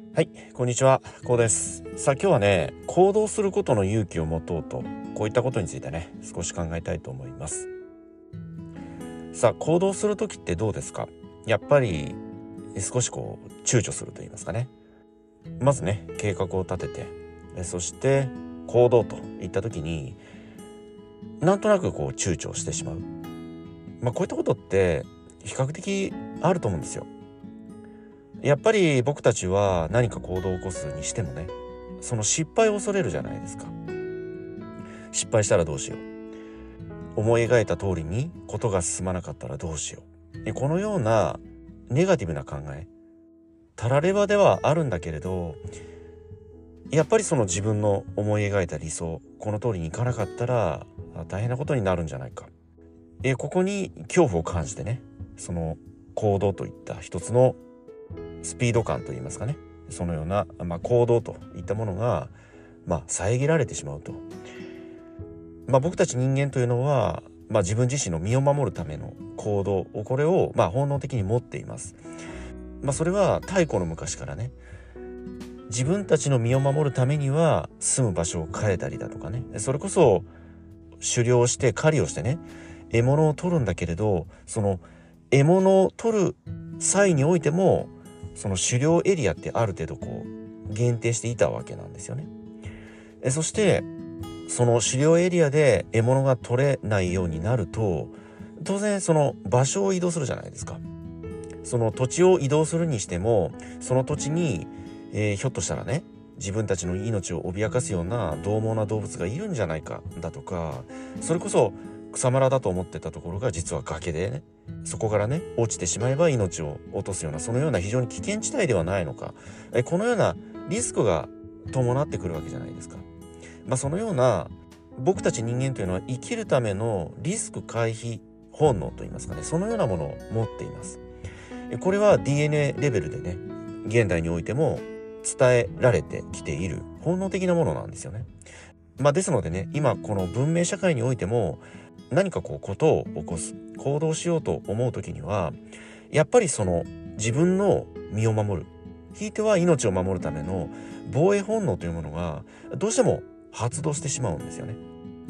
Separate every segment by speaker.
Speaker 1: はい、こんにちは、こうです。さあ今日はね、行動することの勇気を持とうと、こういったことについてね、少し考えたいと思います。さあ行動するときってどうですか？やっぱり少し躊躇すると言いますかね。まずね、計画を立てて、そして行動といったときに、なんとなく躊躇してしまう。こういったことって比較的あると思うんですよ。やっぱり僕たちは何か行動を起こすにしてもね、その失敗を恐れるじゃないですか。失敗したらどうしよう、思い描いた通りにことが進まなかったらどうしよう、このようなネガティブな考え、たらればではあるんだけれど、やっぱりその自分の思い描いた理想、この通りにいかなかったら大変なことになるんじゃないか、ここに恐怖を感じてね、その行動といった一つのスピード感といいますかね、そのような、行動といったものが、遮られてしまうと。僕たち人間というのは、自分自身の身を守るための行動を、これを本能的に持っています。それは太古の昔からね、自分たちの身を守るためには住む場所を変えたりだとかね、それこそ狩猟して狩りをしてね、獲物を取るんだけれど、その獲物を取る際においても、その狩猟エリアってある程度限定していたわけなんですよね。そしてその狩猟エリアで獲物が取れないようになると、当然その場所を移動するじゃないですか。その土地を移動するにしても、その土地に、ひょっとしたらね、自分たちの命を脅かすような獰猛な動物がいるんじゃないかだとか、それこそ草むらだと思ってたところが実は崖でね、そこからね落ちてしまえば命を落とすような、そのような非常に危険地帯ではないのか、このようなリスクが伴ってくるわけじゃないですか。そのような、僕たち人間というのは生きるためのリスク回避本能といいますかね、そのようなものを持っています。これは DNA レベルでね、現代においても伝えられてきている本能的なものなんですよね。ですのでね、今この文明社会においても、何かことを起こす、行動しようと思う時には、やっぱりその自分の身を守る、ひいては命を守るための防衛本能というものがどうしても発動してしまうんですよね。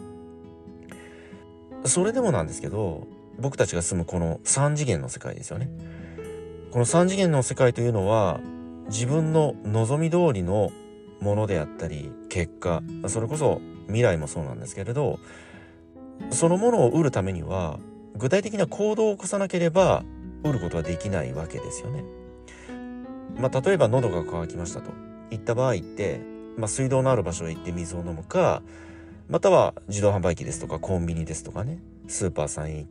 Speaker 1: それでもなんですけど、僕たちが住むこの三次元の世界ですよね。この三次元の世界というのは、自分の望み通りのものであったり結果、それこそ未来もそうなんですけれど、そのものを得るためには具体的な行動を起こさなければ得ることはできないわけですよね。例えば喉が渇きましたといった場合って、水道のある場所へ行って水を飲むか、または自動販売機ですとかコンビニですとかね、スーパーさんへ行って、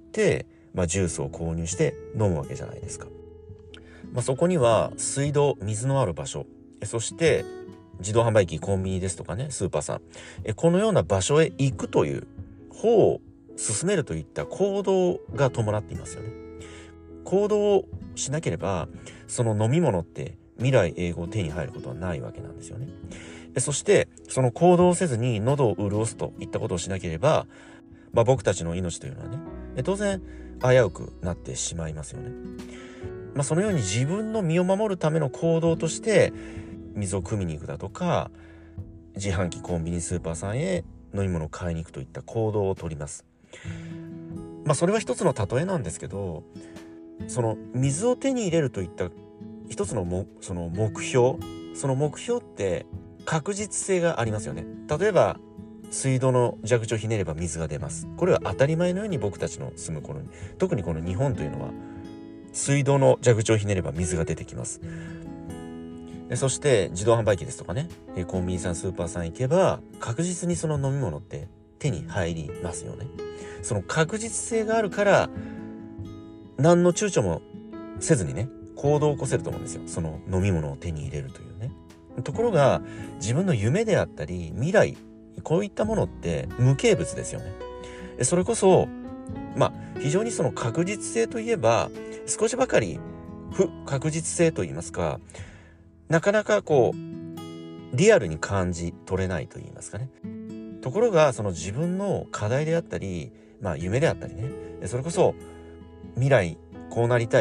Speaker 1: ジュースを購入して飲むわけじゃないですか。そこには水道、水のある場所、そして自動販売機、コンビニですとかね、スーパーさん、このような場所へ行くという方を進めるといった行動が伴っていますよね。行動をしなければ、その飲み物って未来永劫手に入ることはないわけなんですよね。そしてその行動をせずに喉を潤すといったことをしなければ、僕たちの命というのはね、当然危うくなってしまいますよね。そのように自分の身を守るための行動として水を汲みに行くだとか、自販機、コンビニ、スーパーさんへ飲み物を買いに行くといった行動をとります。それは一つの例えなんですけど、その水を手に入れるといった一つのその目標、その目標って確実性がありますよね。例えば水道の蛇口をひねれば水が出ます。これは当たり前のように僕たちの住むこの、特にこの日本というのは水道の蛇口をひねれば水が出てきます。そして自動販売機ですとかね、コンビニさん、スーパーさん行けば確実にその飲み物って手に入りますよね。その確実性があるから何の躊躇もせずにね、行動を起こせると思うんですよ。その飲み物を手に入れるというね。ところが自分の夢であったり未来、こういったものって無形物ですよね。それこそ非常にその確実性といえば少しばかり不確実性といいますか、なかなかリアルに感じ取れないといいますかね。ところがその自分の課題であったり、夢であったりね、それこそ未来こうなりたい、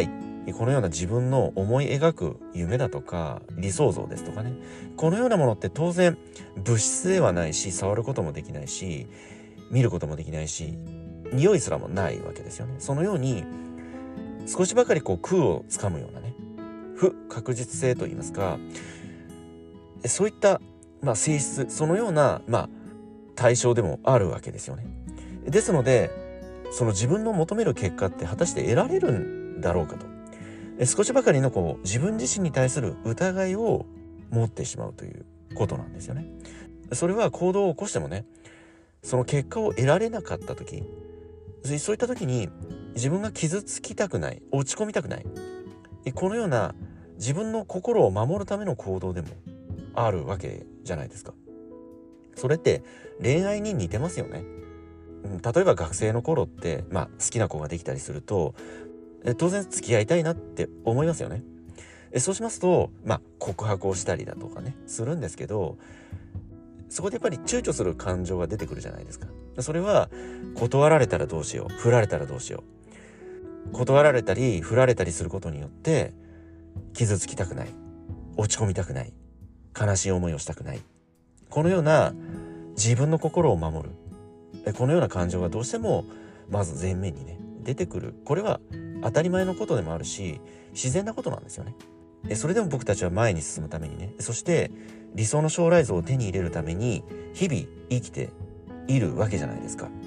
Speaker 1: このような自分の思い描く夢だとか理想像ですとかね、このようなものって当然物質ではないし、触ることもできないし、見ることもできないし、匂いすらもないわけですよね。そのように少しばかり空をつかむようなね、不確実性といいますか、そういった性質、そのような対象でもあるわけですよね。ですので、その自分の求める結果って果たして得られるんだろうかと、少しばかりの自分自身に対する疑いを持ってしまうということなんですよね。それは行動を起こしてもね、その結果を得られなかった時、そういった時に自分が傷つきたくない、落ち込みたくない、このような自分の心を守るための行動でもあるわけじゃないですか。それって恋愛に似てますよね。例えば学生の頃って好きな子ができたりすると、当然付き合いたいなって思いますよね。そうしますと告白をしたりだとかねするんですけど、そこでやっぱり躊躇する感情が出てくるじゃないですか。それは断られたらどうしよう、振られたらどうしよう、断られたり振られたりすることによって傷つきたくない、落ち込みたくない、悲しい思いをしたくない、このような自分の心を守る、このような感情がどうしてもまず前面にね出てくる。これは当たり前のことでもあるし、自然なことなんですよね。それでも僕たちは前に進むためにね、そして理想の将来像を手に入れるために日々生きているわけじゃないですか。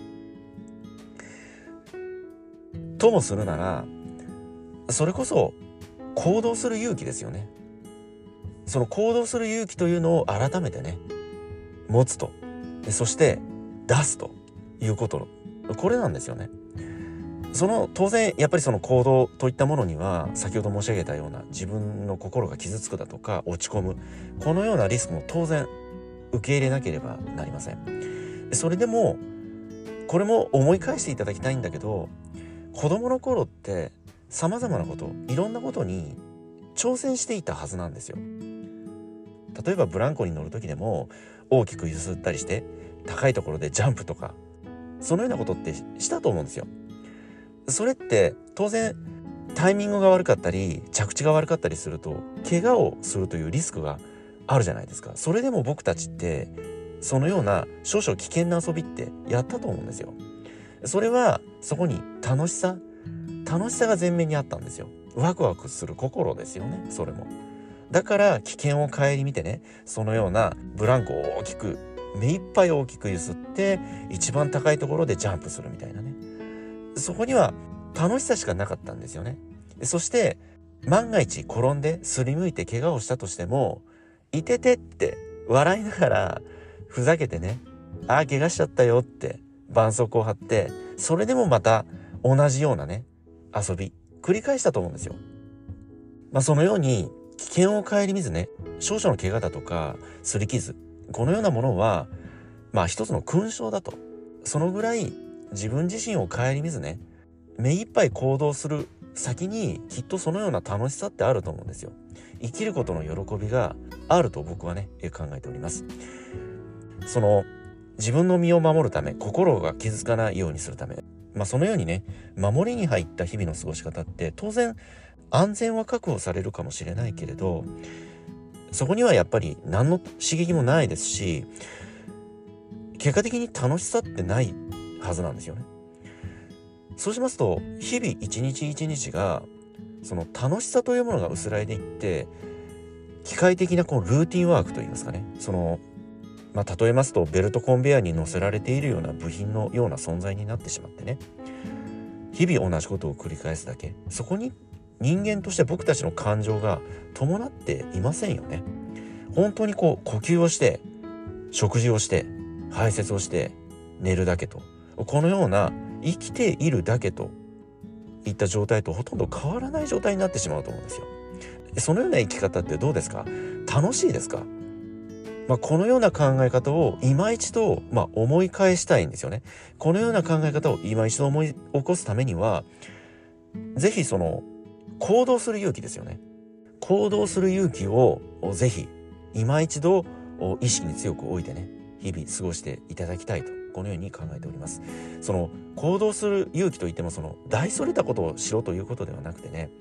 Speaker 1: ともするなら、それこそ行動する勇気ですよね。その行動する勇気というのを改めてね持つと、そして出すということ、これなんですよね。当然やっぱりその行動といったものには、先ほど申し上げたような自分の心が傷つくだとか落ち込む、このようなリスクも当然受け入れなければなりません。それでもこれも思い返していただきたいんだけど、子供の頃って様々なこと、いろんなことに挑戦していたはずなんですよ。例えばブランコに乗る時でも大きく揺すったりして高いところでジャンプとか、そのようなことってしたと思うんですよ。それって当然タイミングが悪かったり着地が悪かったりすると怪我をするというリスクがあるじゃないですか。それでも僕たちってそのような少々危険な遊びってやったと思うんですよ。それはそこに楽しさが前面にあったんですよ。ワクワクする心ですよね。それもだから危険を顧みてね、そのようなブランコを大きく目いっぱい大きく揺すって一番高いところでジャンプするみたいなね、そこには楽しさしかなかったんですよね。そして万が一転んですりむいて怪我をしたとしても、いててって笑いながらふざけてね、怪我しちゃったよって絆創膏を貼って、それでもまた同じようなね遊び繰り返したと思うんですよ。そのように危険を顧みずね、少々の怪我だとか擦り傷、このようなものは一つの勲章だと、そのぐらい自分自身を顧みずね目いっぱい行動する先にきっとそのような楽しさってあると思うんですよ。生きることの喜びがあると僕はね考えております。その自分の身を守るため、心が傷つかないようにするため、そのようにね守りに入った日々の過ごし方って当然安全は確保されるかもしれないけれど、そこにはやっぱり何の刺激もないですし、結果的に楽しさってないはずなんですよね。そうしますと日々一日一日がその楽しさというものが薄らいでいって、機械的なルーティンワークといいますかね、例えますとベルトコンベヤーに乗せられているような部品のような存在になってしまってね、日々同じことを繰り返すだけ、そこに人間として僕たちの感情が伴っていませんよね。本当に呼吸をして食事をして排泄をして寝るだけと、このような生きているだけといった状態とほとんど変わらない状態になってしまうと思うんですよ。そのような生き方ってどうですか？楽しいですか？このような考え方を今一度、思い返したいんですよね。このような考え方を今一度思い起こすためには、ぜひ行動する勇気ですよね。行動する勇気をぜひ今一度意識に強く置いてね、日々過ごしていただきたいと、このように考えております。行動する勇気といっても大それたことをしろということではなくてね、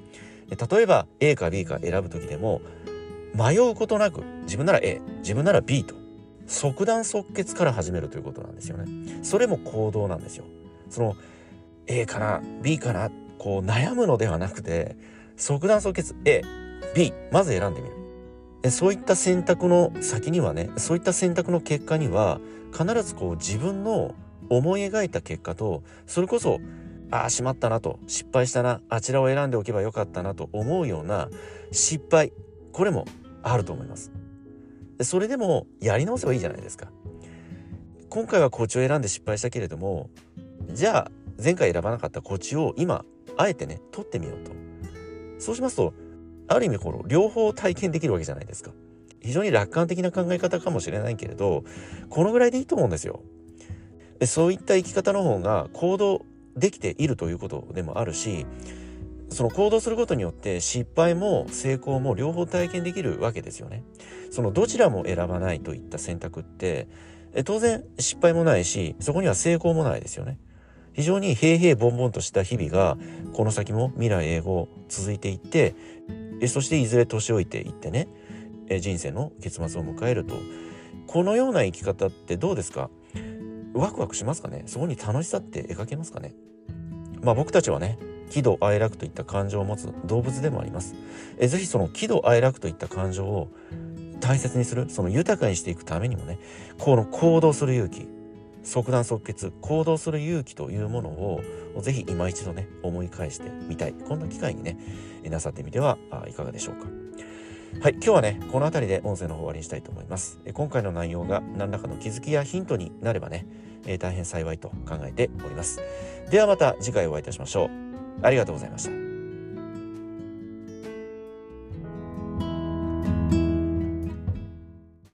Speaker 1: 例えば A か B か選ぶ時でも迷うことなく自分なら A、自分なら B と即断即決から始めるということなんですよね。それも行動なんですよ。その A かな B かなこう悩むのではなくて、即断即決 A、B まず選んでみる。そういった選択の先にはね、そういった選択の結果には必ずこう自分の思い描いた結果と、それこそしまったなと、失敗したな、あちらを選んでおけばよかったなと思うような失敗、これもあると思います。それでもやり直せばいいじゃないですか。今回はこっちを選んで失敗したけれども、じゃあ前回選ばなかったこっちを今あえてね取ってみようと。そうしますとある意味この両方体験できるわけじゃないですか。非常に楽観的な考え方かもしれないけれど、このぐらいでいいと思うんですよ。そういった生き方の方が行動できているということでもあるし、その行動することによって失敗も成功も両方体験できるわけですよね。そのどちらも選ばないといった選択って当然失敗もないし、そこには成功もないですよね。非常に平々凡々とした日々がこの先も未来永劫続いていって、そしていずれ年老いていってね、人生の結末を迎えると。このような生き方ってどうですか？ワクワクしますかね？そこに楽しさって描けますかね？僕たちはね、喜怒哀楽といった感情を持つ動物でもあります。ぜひその喜怒哀楽といった感情を大切にする、その豊かにしていくためにもね、この行動する勇気、即断即決行動する勇気というものをぜひ今一度ね思い返してみたい、こんな機会にねなさってみてはいかがでしょうか。はい、今日はねこの辺りで音声の方終わりにしたいと思います。今回の内容が何らかの気づきやヒントになればね、大変幸いと考えております。ではまた次回お会いいたしましょう。ありがとうございました。